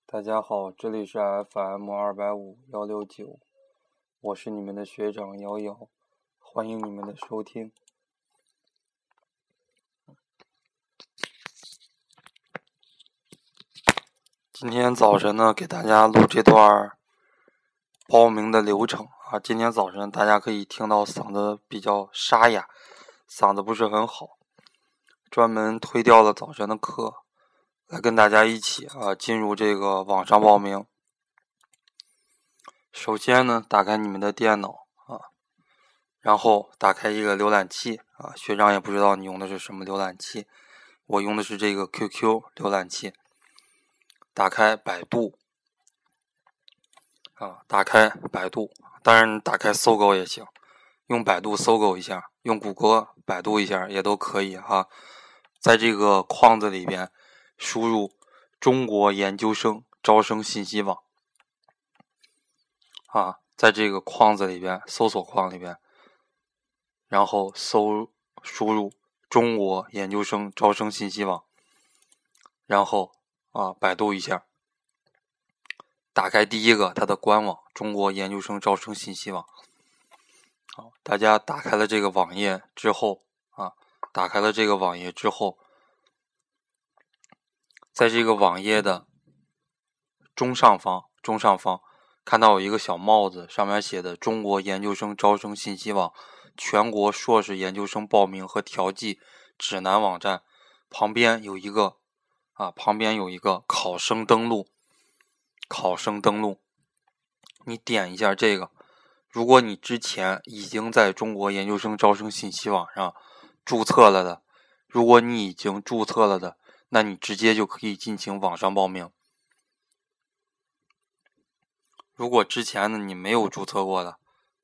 大家好，这里是 FM250-169，我是你们的学长瑶瑶，欢迎你们的收听。今天早晨呢，给大家录这段报名的流程啊。今天早晨大家可以听到嗓子比较沙哑，嗓子不是很好，专门推掉了早晨的课，来跟大家一起进入这个网上报名。首先呢，打开你们的电脑然后打开一个浏览器学长也不知道你用的是什么浏览器，我用的是这个 QQ 浏览器。打开百度打开百度，当然打开搜狗也行，用百度搜狗一下，用谷歌百度一下也都可以在这个框子里边输入中国研究生招生信息网在这个框子里边搜索框里边，然后输入中国研究生招生信息网，然后百度一下，打开第一个它的官网中国研究生招生信息网。大家打开了这个网页之后在这个网页的中上方看到有一个小帽子，上面写的中国研究生招生信息网全国硕士研究生报名和调剂指南网站，旁边有一个考生登录，你点一下这个。如果你之前已经在中国研究生招生信息网上注册了的，那你直接就可以进行网上报名。如果之前呢你没有注册过的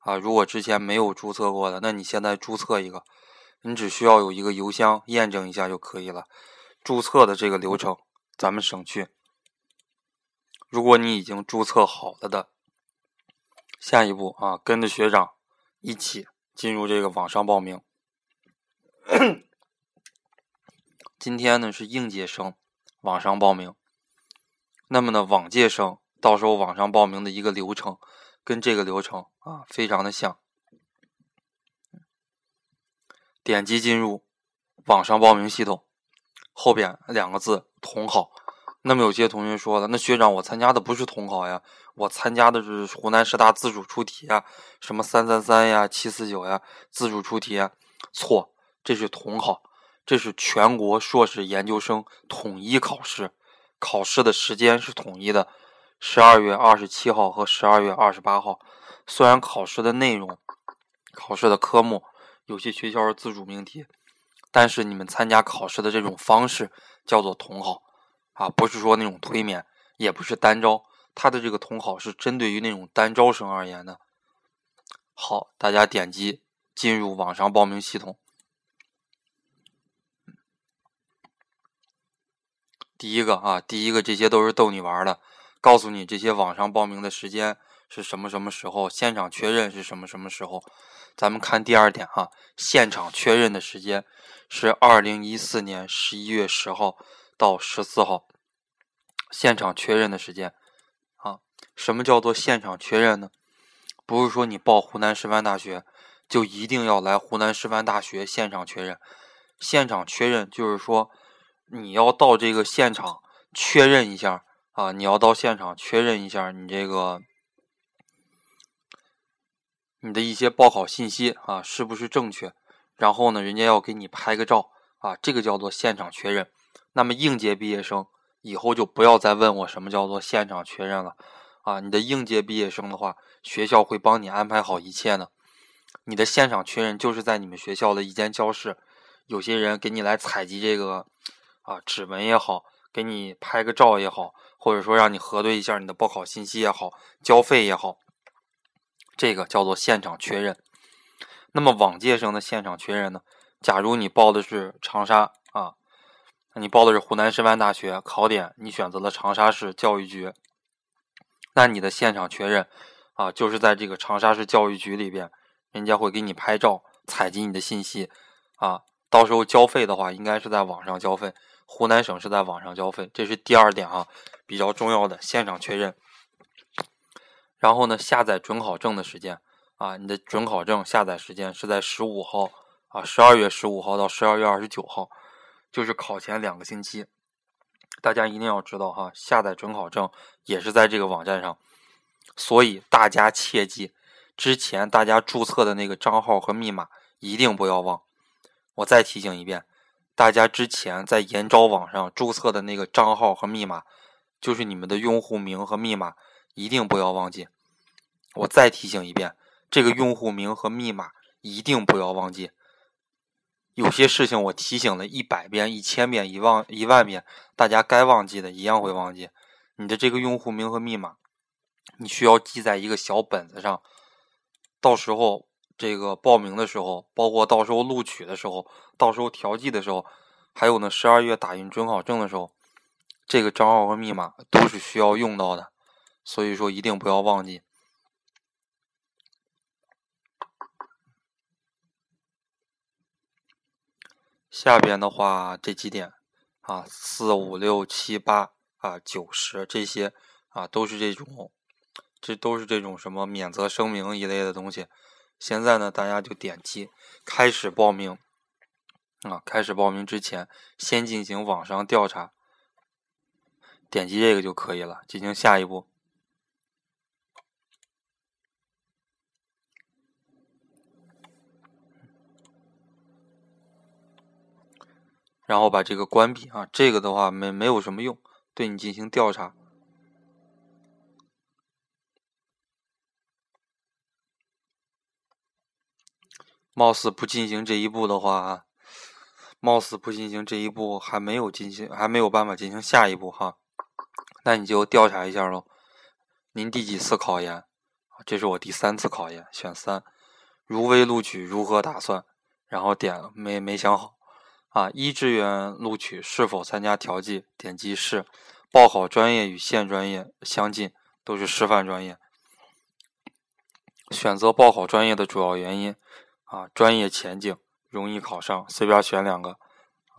那你现在注册一个，你只需要有一个邮箱验证一下就可以了。注册的这个流程咱们省去。如果你已经注册好了的，下一步跟着学长一起进入这个网上报名。今天呢是应届生网上报名，那么呢往届生到时候网上报名的一个流程跟这个流程非常的像。点击进入网上报名系统，后边两个字统考。那么有些同学说了，那学长我参加的不是统考呀，我参加的是湖南师大自主出题什么333呀749呀自主出题错，这是统考，这是全国硕士研究生统一考试，考试的时间是统一的，12月27号和12月28号。虽然考试的内容考试的科目有些学校是自主命题，但是你们参加考试的这种方式叫做统考不是说那种推免，也不是单招，它的这个统考是针对于那种单招生而言的。好，大家点击进入网上报名系统。第一个这些都是逗你玩的，告诉你这些网上报名的时间是什么时候，现场确认是什么时候。咱们看第二点现场确认的时间是2014年11月10号到14号，现场确认的时间什么叫做现场确认呢？不是说你报湖南师范大学就一定要来湖南师范大学现场确认，现场确认就是说你要到这个现场确认一下你你的一些报考信息是不是正确，然后呢人家要给你拍个照这个叫做现场确认。那么应届毕业生以后就不要再问我什么叫做现场确认了你的应届毕业生的话，学校会帮你安排好一切呢。你的现场确认就是在你们学校的一间教室，有些人给你来采集这个指纹也好，给你拍个照也好，或者说让你核对一下你的报考信息也好，交费也好，这个叫做现场确认。那么往届生的现场确认呢，假如你报的是长沙你报的是湖南师范大学，考点你选择了长沙市教育局，那你的现场确认就是在这个长沙市教育局里边，人家会给你拍照采集你的信息到时候交费的话应该是在网上交费， 湖南省是在网上交费，这是第二点啊，比较重要的现场确认。然后呢，下载准考证的时间啊，你的准考证下载时间是在15号啊，12月15号到12月29号，就是考前2个星期。大家一定要知道哈，下载准考证也是在这个网站上，所以大家切记，之前大家注册的那个账号和密码一定不要忘。我再提醒一遍，大家之前在研招网上注册的那个账号和密码，就是你们的用户名和密码，一定不要忘记。我再提醒一遍，这个用户名和密码一定不要忘记。有些事情我提醒了100遍、1000遍、1万遍，大家该忘记的一样会忘记。你的这个用户名和密码，你需要记在一个小本子上，到时候这个报名的时候，包括到时候录取的时候，到时候调剂的时候，还有呢12月打印准考证的时候，这个账号和密码都是需要用到的，所以说一定不要忘记。下边的话这几点啊，4、5、6、7、8啊、9、10这些啊，都是这种什么免责声明一类的东西。现在呢，大家就点击开始报名啊，开始报名之前先进行网上调查，点击这个就可以了，进行下一步。然后把这个关闭啊，这个的话没有什么用，对你进行调查。貌似不进行这一步的话，还没有办法进行下一步哈。那你就调查一下喽。您第几次考研？这是我第3次考研，选3。如未录取，如何打算？然后点没想好。啊，一志愿录取是否参加调剂？点击是。报考专业与现专业相近，都是师范专业。选择报考专业的主要原因啊，专业前景，容易考上，随便选2个。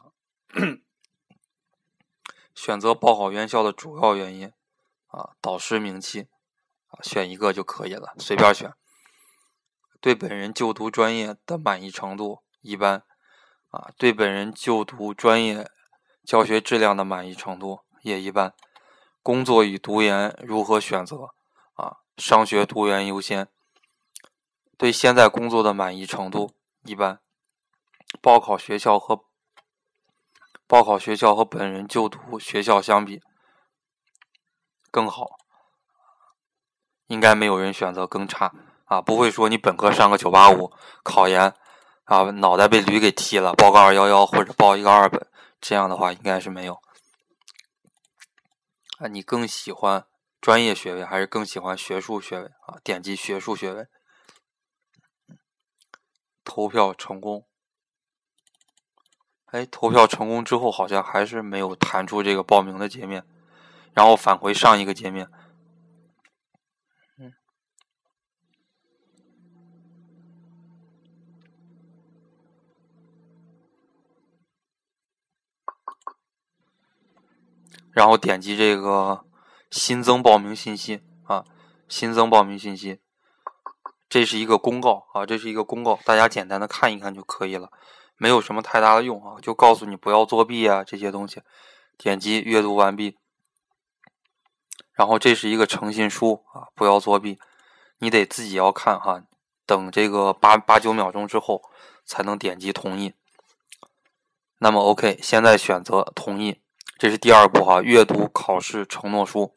选择报考院校的主要原因啊，导师名气啊，选1个就可以了，随便选。对本人就读专业的满意程度一般啊，对本人就读专业教学质量的满意程度也一般。工作与读研如何选择啊？商学读研优先。对现在工作的满意程度一般。报考学校和本人就读学校相比更好，应该没有人选择更差啊，不会说你本科上个985，考研啊脑袋被驴给踢了，报个211或者报一个2本，这样的话应该是没有。啊，你更喜欢专业学位还是更喜欢学术学位啊？点击学术学位。投票成功。投票成功之后好像还是没有弹出这个报名的界面，然后返回上一个界面。然后点击这个新增报名信息啊，新增报名信息。这是一个公告啊，大家简单的看一看就可以了，没有什么太大的用啊，就告诉你不要作弊啊这些东西。点击阅读完毕。然后这是一个诚信书啊，不要作弊，你得自己要看哈，等这个8、9秒钟之后才能点击同意。那么 OK， 现在选择同意，这是第2步哈，阅读考试承诺书。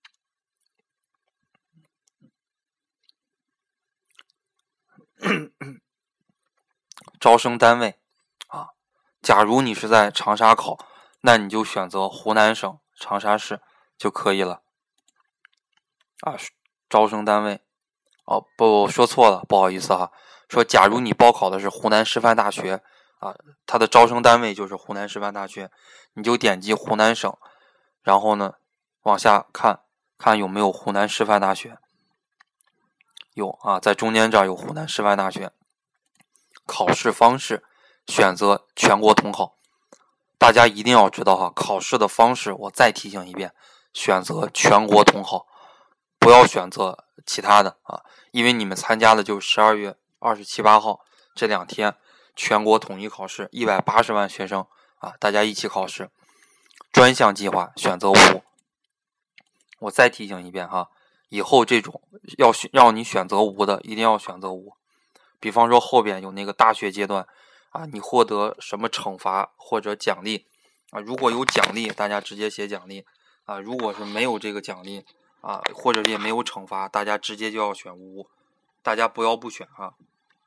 招生单位啊，假如你是在长沙考，那你就选择湖南省长沙市就可以了。啊，招生单位哦，不，说错了，不好意思哈。说假如你报考的是湖南师范大学啊，它的招生单位就是湖南师范大学，你就点击湖南省，然后呢往下看看有没有湖南师范大学。有啊，在中间这儿有湖南师范大学。考试方式选择全国统考。 大家一定要知道哈，考试的方式我再提醒一遍，选择全国统考，不要选择其他的啊，因为你们参加的就是12月27、8号这2天全国统一考试，180万学生啊，大家一起考试，专项计划选择5。我再提醒一遍哈，以后这种让你选择5的，一定要选择5。比方说后边有那个大学阶段啊，你获得什么惩罚或者奖励啊？如果有奖励，大家直接写奖励啊；如果是没有这个奖励啊，或者也没有惩罚，大家直接就要选5。大家不要不选啊。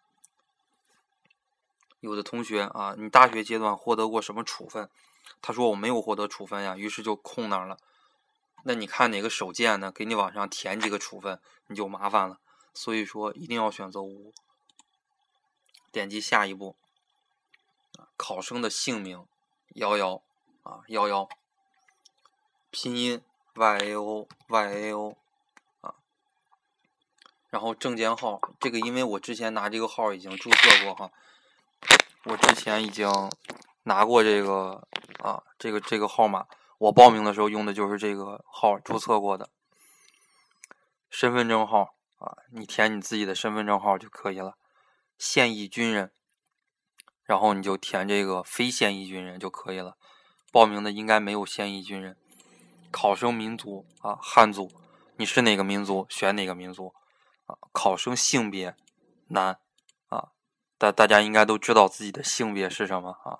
有的同学啊，你大学阶段获得过什么处分？他说我没有获得处分呀，于是就空那儿了。那你看哪个手贱呢？给你往上填几个处分，你就麻烦了。所以说一定要选择5。点击下一步，考生的姓名11啊11，拼音 YAO 啊，然后证件号，这个因为我之前拿这个号已经注册过哈，我之前已经拿过这个啊这个号码，我报名的时候用的就是这个号，注册过的。身份证号啊，你填你自己的身份证号就可以了。现役军人，然后你就填这个非现役军人就可以了。报名的应该没有现役军人。考生民族啊，汉族，你是哪个民族选哪个民族啊。考生性别男啊，大家应该都知道自己的性别是什么啊。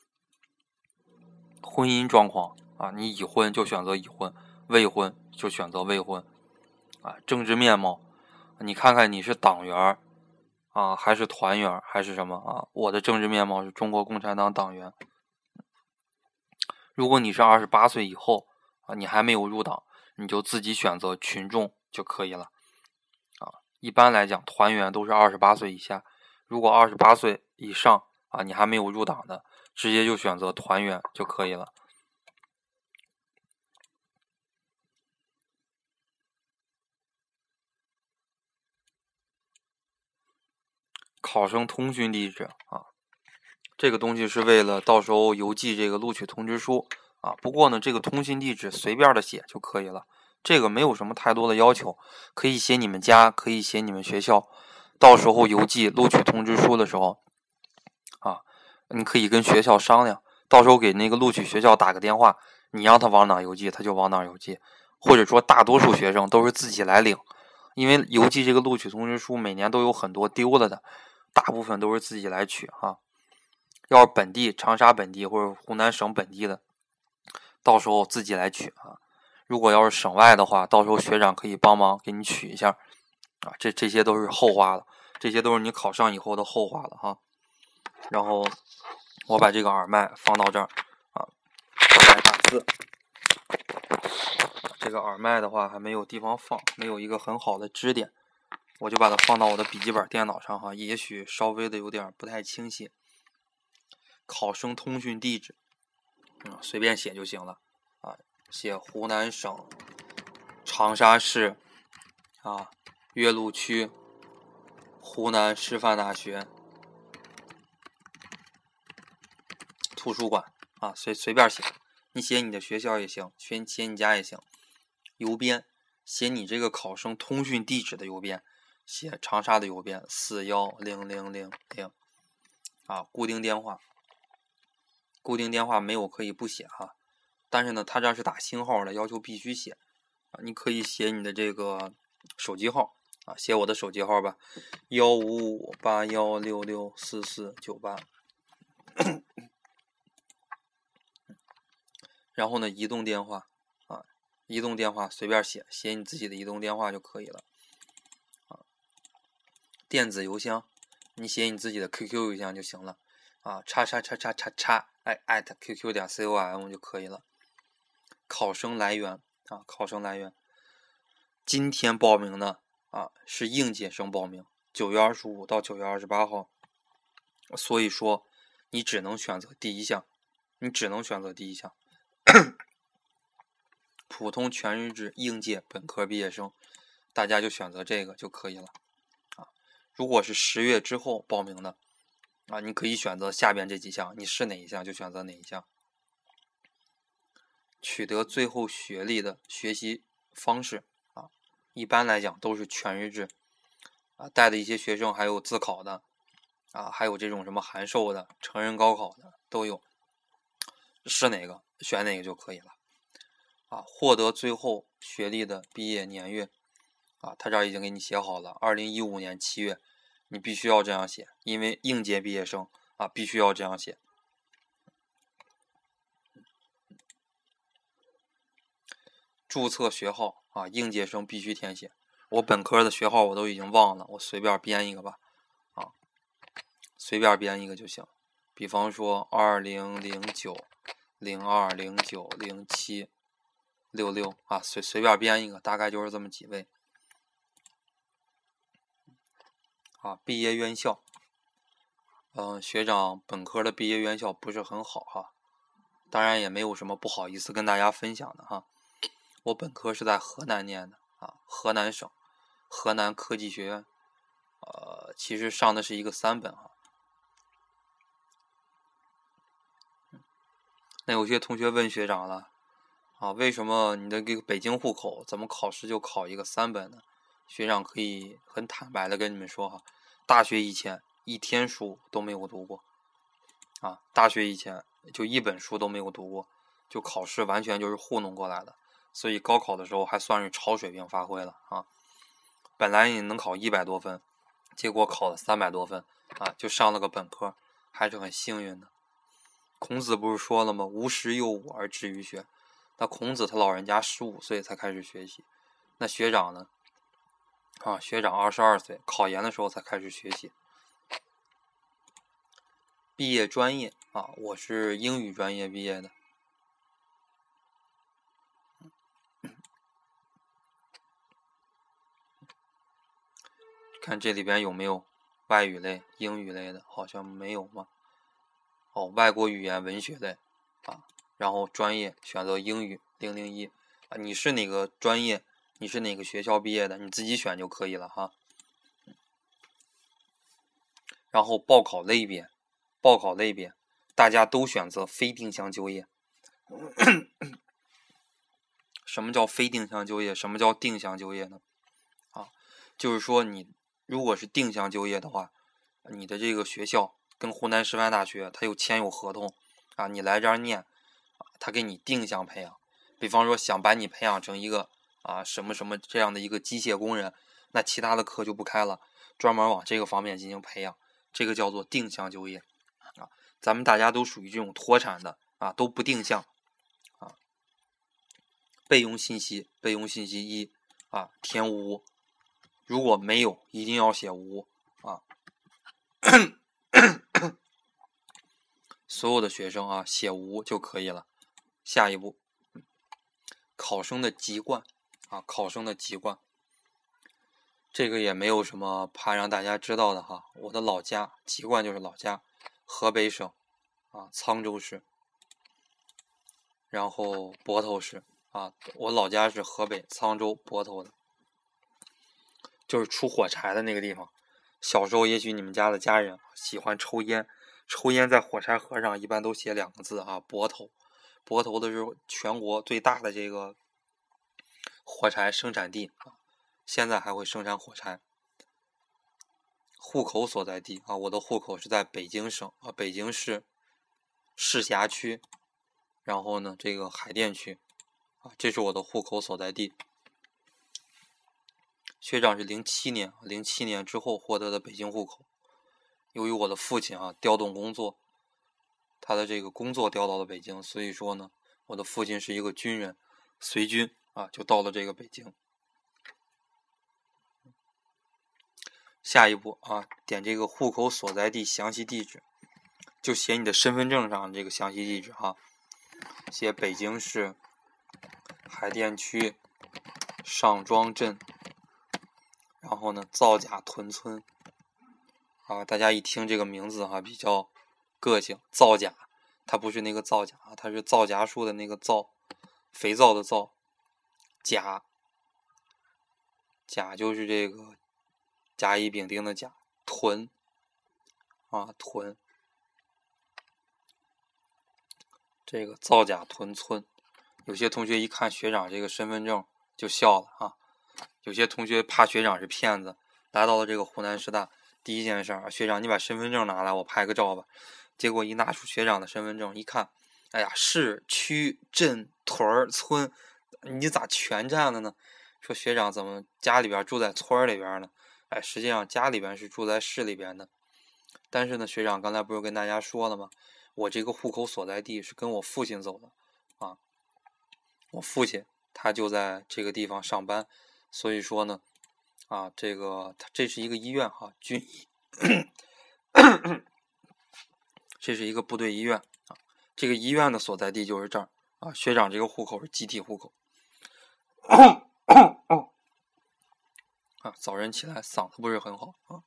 婚姻状况啊，你已婚就选择已婚，未婚就选择未婚啊。政治面貌，你看看你是党员啊，还是团员，还是什么啊？我的政治面貌是中国共产党党员。如果你是28岁以后啊，你还没有入党，你就自己选择群众就可以了啊。一般来讲，团员都是28岁以下。如果28岁以上啊，你还没有入党的，直接就选择团员就可以了。考生通讯地址啊，这个东西是为了到时候邮寄这个录取通知书啊。不过呢，这个通讯地址随便的写就可以了，这个没有什么太多的要求，可以写你们家，可以写你们学校。到时候邮寄录取通知书的时候啊，你可以跟学校商量，到时候给那个录取学校打个电话，你让他往哪邮寄他就往哪邮寄，或者说大多数学生都是自己来领，因为邮寄这个录取通知书每年都有很多丢了的，大部分都是自己来取哈。要是本地长沙本地或者湖南省本地的，到时候自己来取啊。如果要是省外的话，到时候学长可以帮忙给你取一下啊。这些都是后话了，这些都是你考上以后的后话了哈。然后我把这个耳麦放到这儿啊，来打字。这个耳麦的话还没有地方放，没有一个很好的支点，我就把它放到我的笔记本电脑上哈，也许稍微的有点不太清晰。考生通讯地址随便写就行了啊，写湖南省长沙市啊岳麓区湖南师范大学图书馆啊，随便写，你写你的学校也行，写你家也行。邮编写你这个考生通讯地址的邮编，写长沙的邮编41000啊。固定电话没有可以不写哈，但是呢，他这是打星号的，要求必须写啊。你可以写你的这个手机号啊，写我的手机号吧，15581664498。然后呢，移动电话啊，移动电话随便写你自己的移动电话就可以了啊。电子邮箱，你写你自己的 QQ 邮箱就行了啊，@QQ.com 就可以了。考生来源啊，考生来源，今天报名的啊是应届生报名，9月25到9月28号，所以说你只能选择第一项，普通全日制应届本科毕业生，大家就选择这个就可以了啊。如果是10月之后报名的啊，你可以选择下边这几项，你是哪一项就选择哪一项取得最后学历的学习方式啊，一般来讲都是全日制啊，带的一些学生还有自考的啊，还有这种什么函授的、成人高考的都有，是哪个选哪个就可以了啊。获得最后学历的毕业年月啊，他这儿已经给你写好了，2015年7月，你必须要这样写，因为应届毕业生啊必须要这样写。注册学号啊，应届生必须填写。我本科的学号我都已经忘了，我随便编一个吧，啊，随便编一个就行。比方说2009、02、09、07、66啊，随便编一个，大概就是这么几位。啊，毕业院校，学长本科的毕业院校不是很好哈，当然也没有什么不好意思跟大家分享的哈。我本科是在河南念的啊，河南省河南科技学院，其实上的是一个3本哈。那有些同学问学长了啊，为什么你的这个北京户口怎么考试就考一个3本呢？学长可以很坦白的跟你们说哈，大学以前一天书都没有读过啊，大学以前就一本书都没有读过，就考试完全就是糊弄过来的，所以高考的时候还算是超水平发挥了啊。本来你能考100多分，结果考了300多分啊，就上了个本科，还是很幸运的。孔子不是说了吗？吾十有5而志于学。那孔子他老人家15岁才开始学习，那学长呢？啊，学长22岁，考研的时候才开始学习。毕业专业啊，我是英语专业毕业的。看这里边有没有外语类、英语类的，好像没有吗？哦，外国语言文学类啊，然后专业选择英语001啊，你是哪个专业？你是哪个学校毕业的？你自己选就可以了哈。然后报考类别，大家都选择非定向就业。什么叫非定向就业？什么叫定向就业呢？啊，就是说你如果是定向就业的话，你的这个学校跟湖南师范大学它签有合同啊，你来这儿念啊，他给你定向培养。比方说想把你培养成一个什么什么这样的一个机械工人，那其他的课就不开了，专门往这个方面进行培养，这个叫做定向就业啊。咱们大家都属于这种脱产的啊，都不定向啊。备用信息1啊，填无，如果没有一定要写无啊。所有的学生啊写无就可以了。下一步，考生的籍贯啊，考生的籍贯，这个也没有什么怕让大家知道的哈。我的老家籍贯就是老家，河北省啊沧州市，然后泊头市啊，我老家是河北沧州泊头的，就是出火柴的那个地方。小时候也许你们家的家人喜欢抽烟，抽烟在火柴盒上一般都写2个字啊，泊头。泊头的是全国最大的这个火柴生产地啊，现在还会生产火柴。户口所在地啊，我的户口是在北京省啊，北京市市辖区，然后呢这个海淀区啊，这是我的户口所在地。学长是07年之后获得的北京户口。由于我的父亲调动工作，他的这个工作调到了北京，所以说呢，我的父亲是一个军人，随军啊就到了这个北京。下一步啊，点这个户口所在地详细地址，就写你的身份证上这个详细地址哈，写北京市海淀区上庄镇，然后呢造甲屯村啊，大家一听这个名字哈比较个性，造甲，它不是那个造甲啊，它是皂荚树的那个皂，肥皂的皂，甲就是这个甲乙丙丁的甲，屯啊屯，这个造甲屯村有些同学一看学长这个身份证就笑了啊。有些同学怕学长是骗子，来到了这个湖南师大，第一件事儿，学长你把身份证拿来，我拍个照吧。结果一拿出学长的身份证一看，哎呀，市区镇屯村，你咋全占了呢？说学长怎么家里边住在村里边呢？哎，实际上家里边是住在市里边的。但是呢，学长刚才不是跟大家说了吗？我这个户口所在地是跟我父亲走的啊，我父亲他就在这个地方上班，所以说呢，啊，这是一个医院哈，军医，这是一个部队医院啊，这个医院的所在地就是这儿啊。学长这个户口是集体户口。啊，早晨起来嗓子不是很好啊。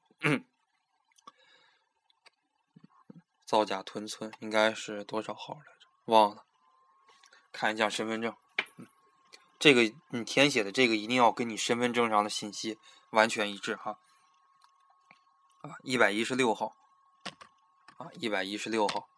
造假屯村应该是多少号来着？忘了，看一下身份证。这个你填写的这个一定要跟你身份证上的信息完全一致哈。啊，116号。啊，116号。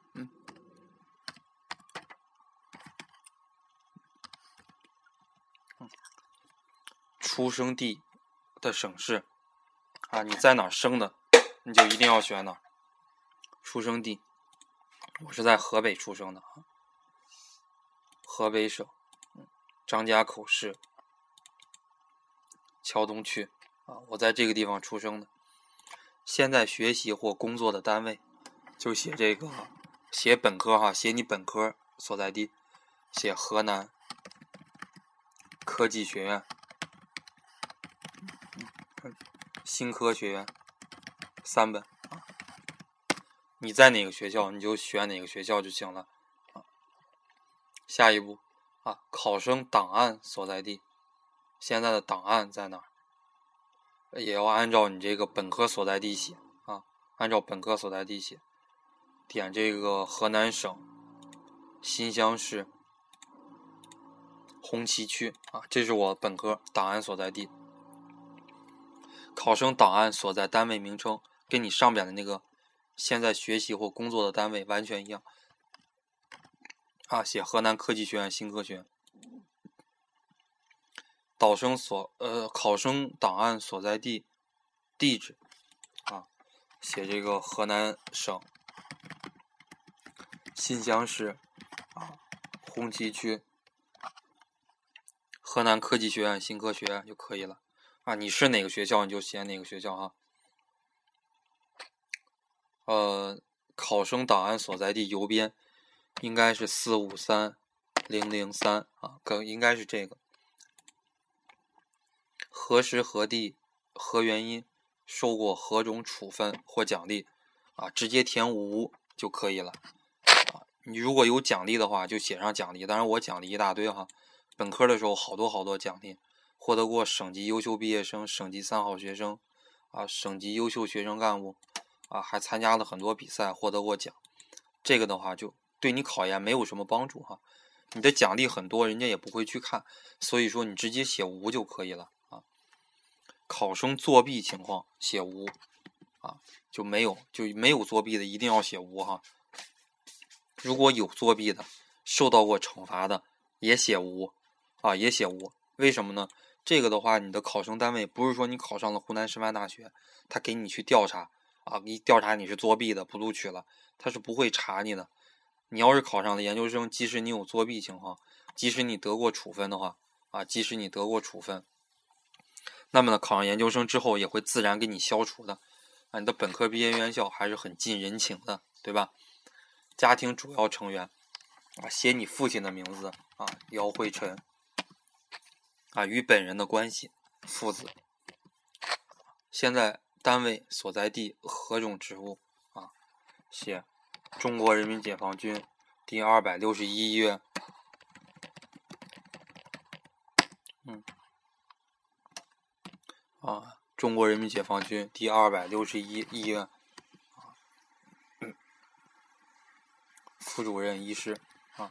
出生地的省市啊，你在哪儿生的，你就一定要选哪儿。出生地，我是在河北出生的啊，河北省张家口市桥东区啊，我在这个地方出生的。现在学习或工作的单位，就写这个，写本科哈，写你本科所在地，写河南科技学院、新科学院3本啊。你在哪个学校你就选哪个学校就行了啊。下一步啊，考生档案所在地，现在的档案在哪儿？也要按照你这个本科所在地写啊，按照本科所在地写。点这个河南省新乡市红旗区啊，这是我本科档案所在地。考生档案所在单位名称跟你上边的那个现在学习或工作的单位完全一样啊，写河南科技学院、新科学院。考生档案所在地地址啊，写这个河南省新乡市啊红旗区河南科技学院、新科学院就可以了啊。你是哪个学校你就写哪个学校哈。考生档案所在地邮编应该是453003啊，应该是这个。何时何地何原因受过何种处分或奖励啊，直接填无就可以了啊。你如果有奖励的话就写上奖励，当然我奖励一大堆哈。本科的时候好多奖励，获得过省级优秀毕业生、省级3好学生啊、省级优秀学生干部啊，还参加了很多比赛，获得过奖。这个的话就对你考研没有什么帮助哈。你的奖励很多，人家也不会去看，所以说你直接写无就可以了啊。考生作弊情况写无啊，就没有作弊的一定要写无哈。如果有作弊的，受到过惩罚的也写无啊，也写无。为什么呢？这个的话，你的考生单位不是说你考上了湖南师范大学，他给你去调查啊，一调查你是作弊的不录取了，他是不会查你的。你要是考上了研究生，即使你有作弊情况，即使你得过处分的话啊，即使你得过处分，那么呢，考上研究生之后也会自然给你消除的啊。你的本科毕业院校还是很近人情的，对吧？家庭主要成员啊，写你父亲的名字啊，姚慧晨啊，与本人的关系，父子。现在单位所在地何种职务啊？写中国人民解放军第261医院。中国人民解放军第261医院副主任医师啊。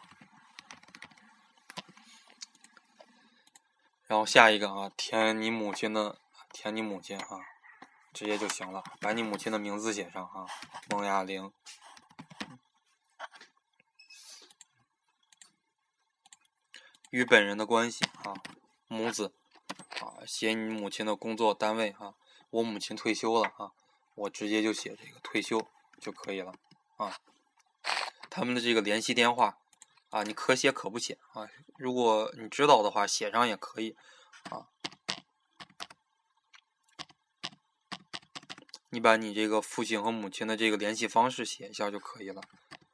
然后下一个啊，填你母亲啊，直接就行了，把你母亲的名字写上啊，孟亚玲。 与本人的关系啊，母子啊，写你母亲的工作单位啊，我母亲退休了啊，我直接就写这个退休就可以了啊。他们的这个联系电话啊，你可写可不写啊，如果你知道的话写上也可以啊。你把你这个父亲和母亲的这个联系方式写一下就可以了。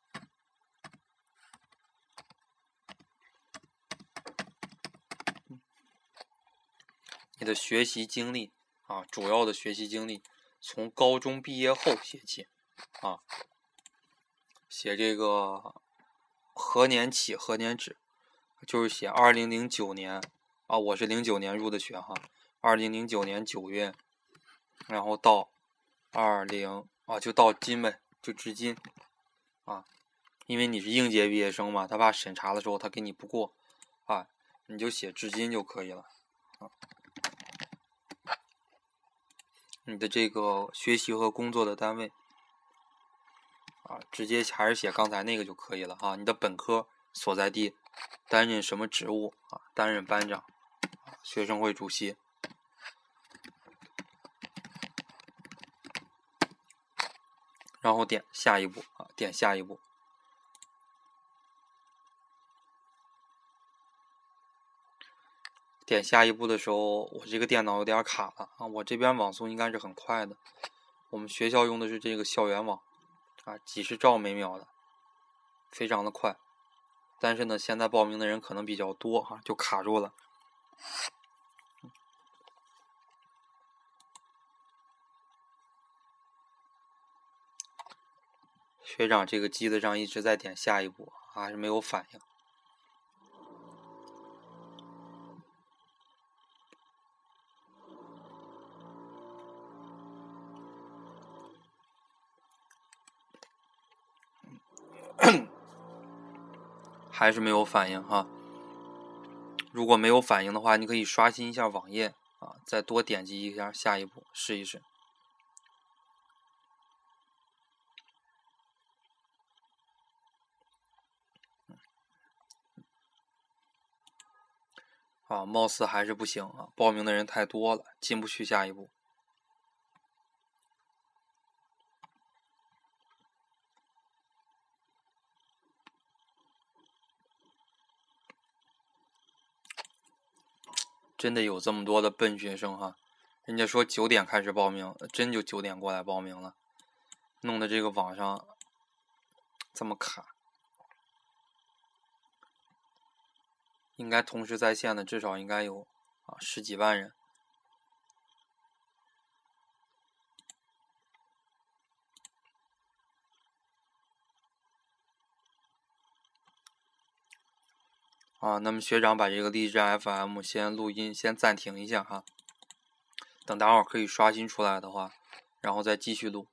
你的学习经历啊，主要的学习经历从高中毕业后写起啊，写这个何年起何年止，就是写2009年啊，我是09年入的学哈，2009年9月，然后到就到今呗，就至今啊，因为你是应届毕业生嘛，他怕审查的时候他给你不过啊，你就写至今就可以了啊。你的这个学习和工作的单位啊，直接还是写刚才那个就可以了哈。你的本科所在地，担任什么职务啊？担任班长，学生会主席。然后点下一步啊，点下一步。点下一步的时候，我这个电脑有点卡了啊，我这边网速应该是很快的。我们学校用的是这个校园网啊，几十兆每秒的，非常的快。但是呢，现在报名的人可能比较多哈，就卡住了。学长这个机子上一直在点下一步，还是没有反应。还是没有反应哈。如果没有反应的话，你可以刷新一下网页啊，再多点击一下下一步，试一试。啊，貌似还是不行啊，报名的人太多了，进不去下一步。真的有这么多的笨学生哈，人家说9点开始报名，真就9点过来报名了，弄得这个网上这么卡。应该同时在线的至少应该有10几万人。那么学长把这个荔枝 FM 先录音，先暂停一下哈，等待会儿可以刷新出来的话，然后再继续录。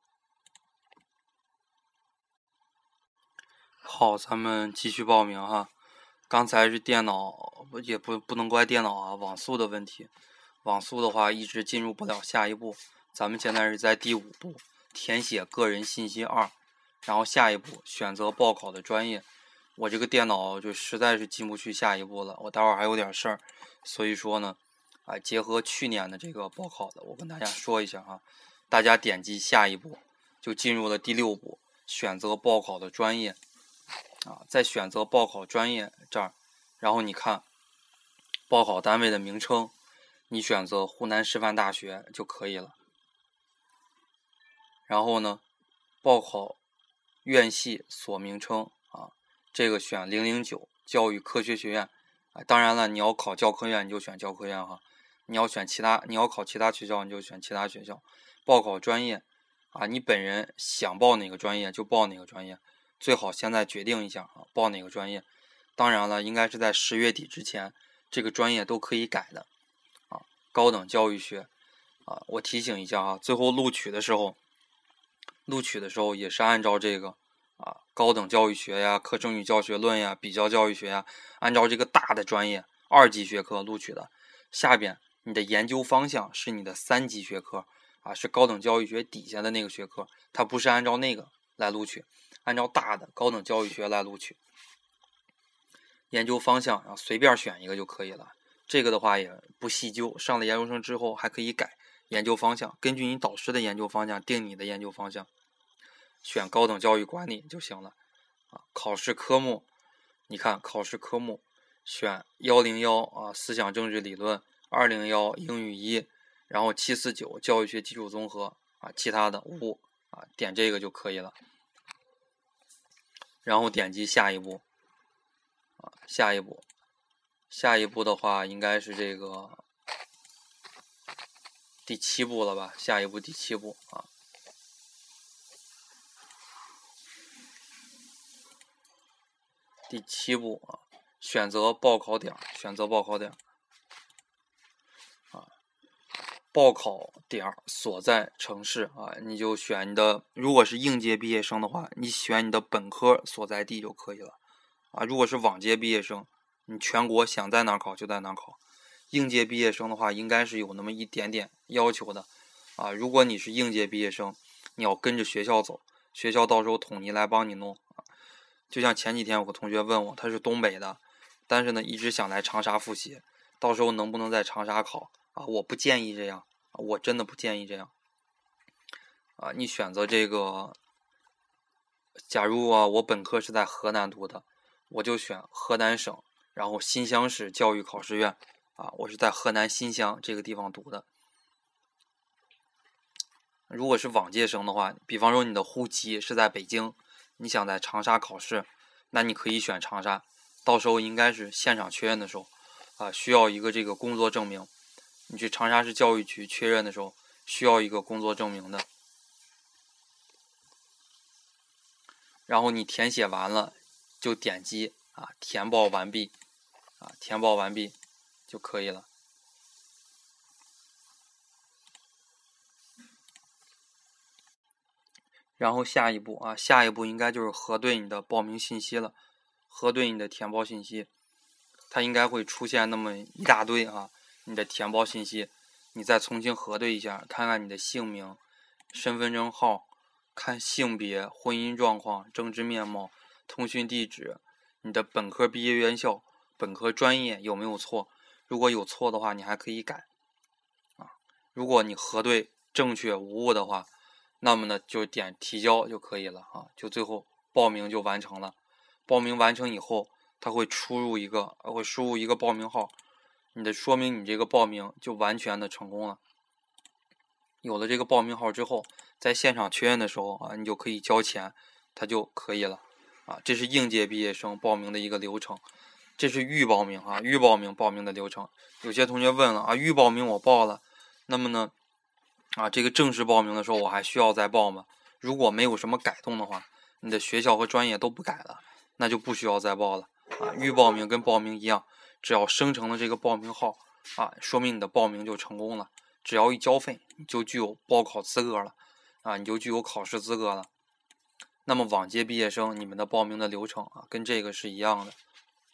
好，咱们继续报名哈。刚才是电脑，也不能怪电脑啊，网速的问题。网速的话一直进入不了下一步。咱们现在是在第5步，填写个人信息2，然后下一步选择报考的专业。我这个电脑就实在是进不去下一步了，我待会儿还有点事儿，所以说呢，结合去年的这个报考的，我跟大家说一下哈，大家点击下一步就进入了第6步，选择报考的专业。在选择报考专业这儿，然后你看报考单位的名称，你选择湖南师范大学就可以了。然后呢，报考院系所名称这个选009教育科学学院当然了，你要考教科院你就选教科院哈，你要考其他学校你就选其他学校。报考专业你本人想报哪个专业就报哪个专业。最好现在决定一下报哪个专业。当然了，应该是在10月底之前，这个专业都可以改的高等教育学我提醒一下最后录取的时候也是按照这个高等教育学呀、课程与教学论呀、比较教育学呀，按照这个大的专业2级学科录取的。下边你的研究方向是你的3级学科是高等教育学底下的那个学科，它不是按照那个来录取。按照大的高等教育学来录取。 研究方向啊，随便选一个就可以了。这个的话也不细究，上了研究生之后还可以改研究方向，根据你导师的研究方向定你的研究方向，选高等教育管理就行了啊。考试科目，你看考试科目选101啊，思想政治理论，201英语1，然后749教育学基础综合啊，其他的无啊，点这个就可以了。然后点击下一步啊，下一步的话应该是这个第7步了吧？下一步第7步啊。第7步啊，选择报考点，啊，报考点所在城市啊，你就选你的，如果是应届毕业生的话，你选你的本科所在地就可以了啊。如果是往届毕业生，你全国想在哪考就在哪考。应届毕业生的话，应该是有那么一点点要求的啊。如果你是应届毕业生，你要跟着学校走，学校到时候统一来帮你弄啊。就像前几天有个同学问我，他是东北的，但是呢一直想来长沙复习，到时候能不能在长沙考啊？我不建议这样，我真的不建议这样啊。你选择这个，假如啊我本科是在河南读的，我就选河南省，然后新乡市教育考试院啊，我是在河南新乡这个地方读的。如果是往届生的话，比方说你的户籍是在北京，你想在长沙考试，那你可以选长沙，到时候应该是现场确认的时候啊，需要一个这个工作证明，你去长沙市教育局确认的时候需要一个工作证明的，然后你填写完了就点击啊填报完毕啊，填报完毕就可以了。然后下一步啊，下一步应该就是核对你的报名信息了，核对你的填报信息，它应该会出现那么一大堆啊，你的填报信息，你再重新核对一下，看看你的姓名、身份证号、看性别、婚姻状况、政治面貌、通讯地址、你的本科毕业院校、本科专业有没有错，如果有错的话，你还可以改啊。如果你核对正确无误的话，那么呢就点提交就可以了啊，就最后报名就完成了。报名完成以后，它会输入一个报名号，说明你这个报名就完全的成功了。有了这个报名号之后，在现场确认的时候啊，你就可以交钱，它就可以了啊。这是应届毕业生报名的一个流程，这是预报名啊，预报名报名的流程。有些同学问了啊，预报名我报了，那么呢？啊，这个正式报名的时候我还需要再报吗？如果没有什么改动的话，你的学校和专业都不改了，那就不需要再报了啊。预报名跟报名一样，只要生成了这个报名号啊，说明你的报名就成功了。只要一交费，你就具有报考资格了啊，你就具有考试资格了。那么往届毕业生，你们的报名的流程啊，跟这个是一样的。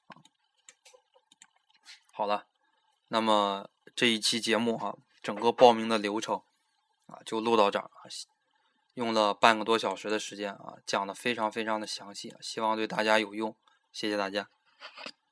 好了，那么这一期节目啊，整个报名的流程啊，就录到这儿啊，用了半个多小时的时间啊，讲的非常非常的详细，希望对大家有用，谢谢大家。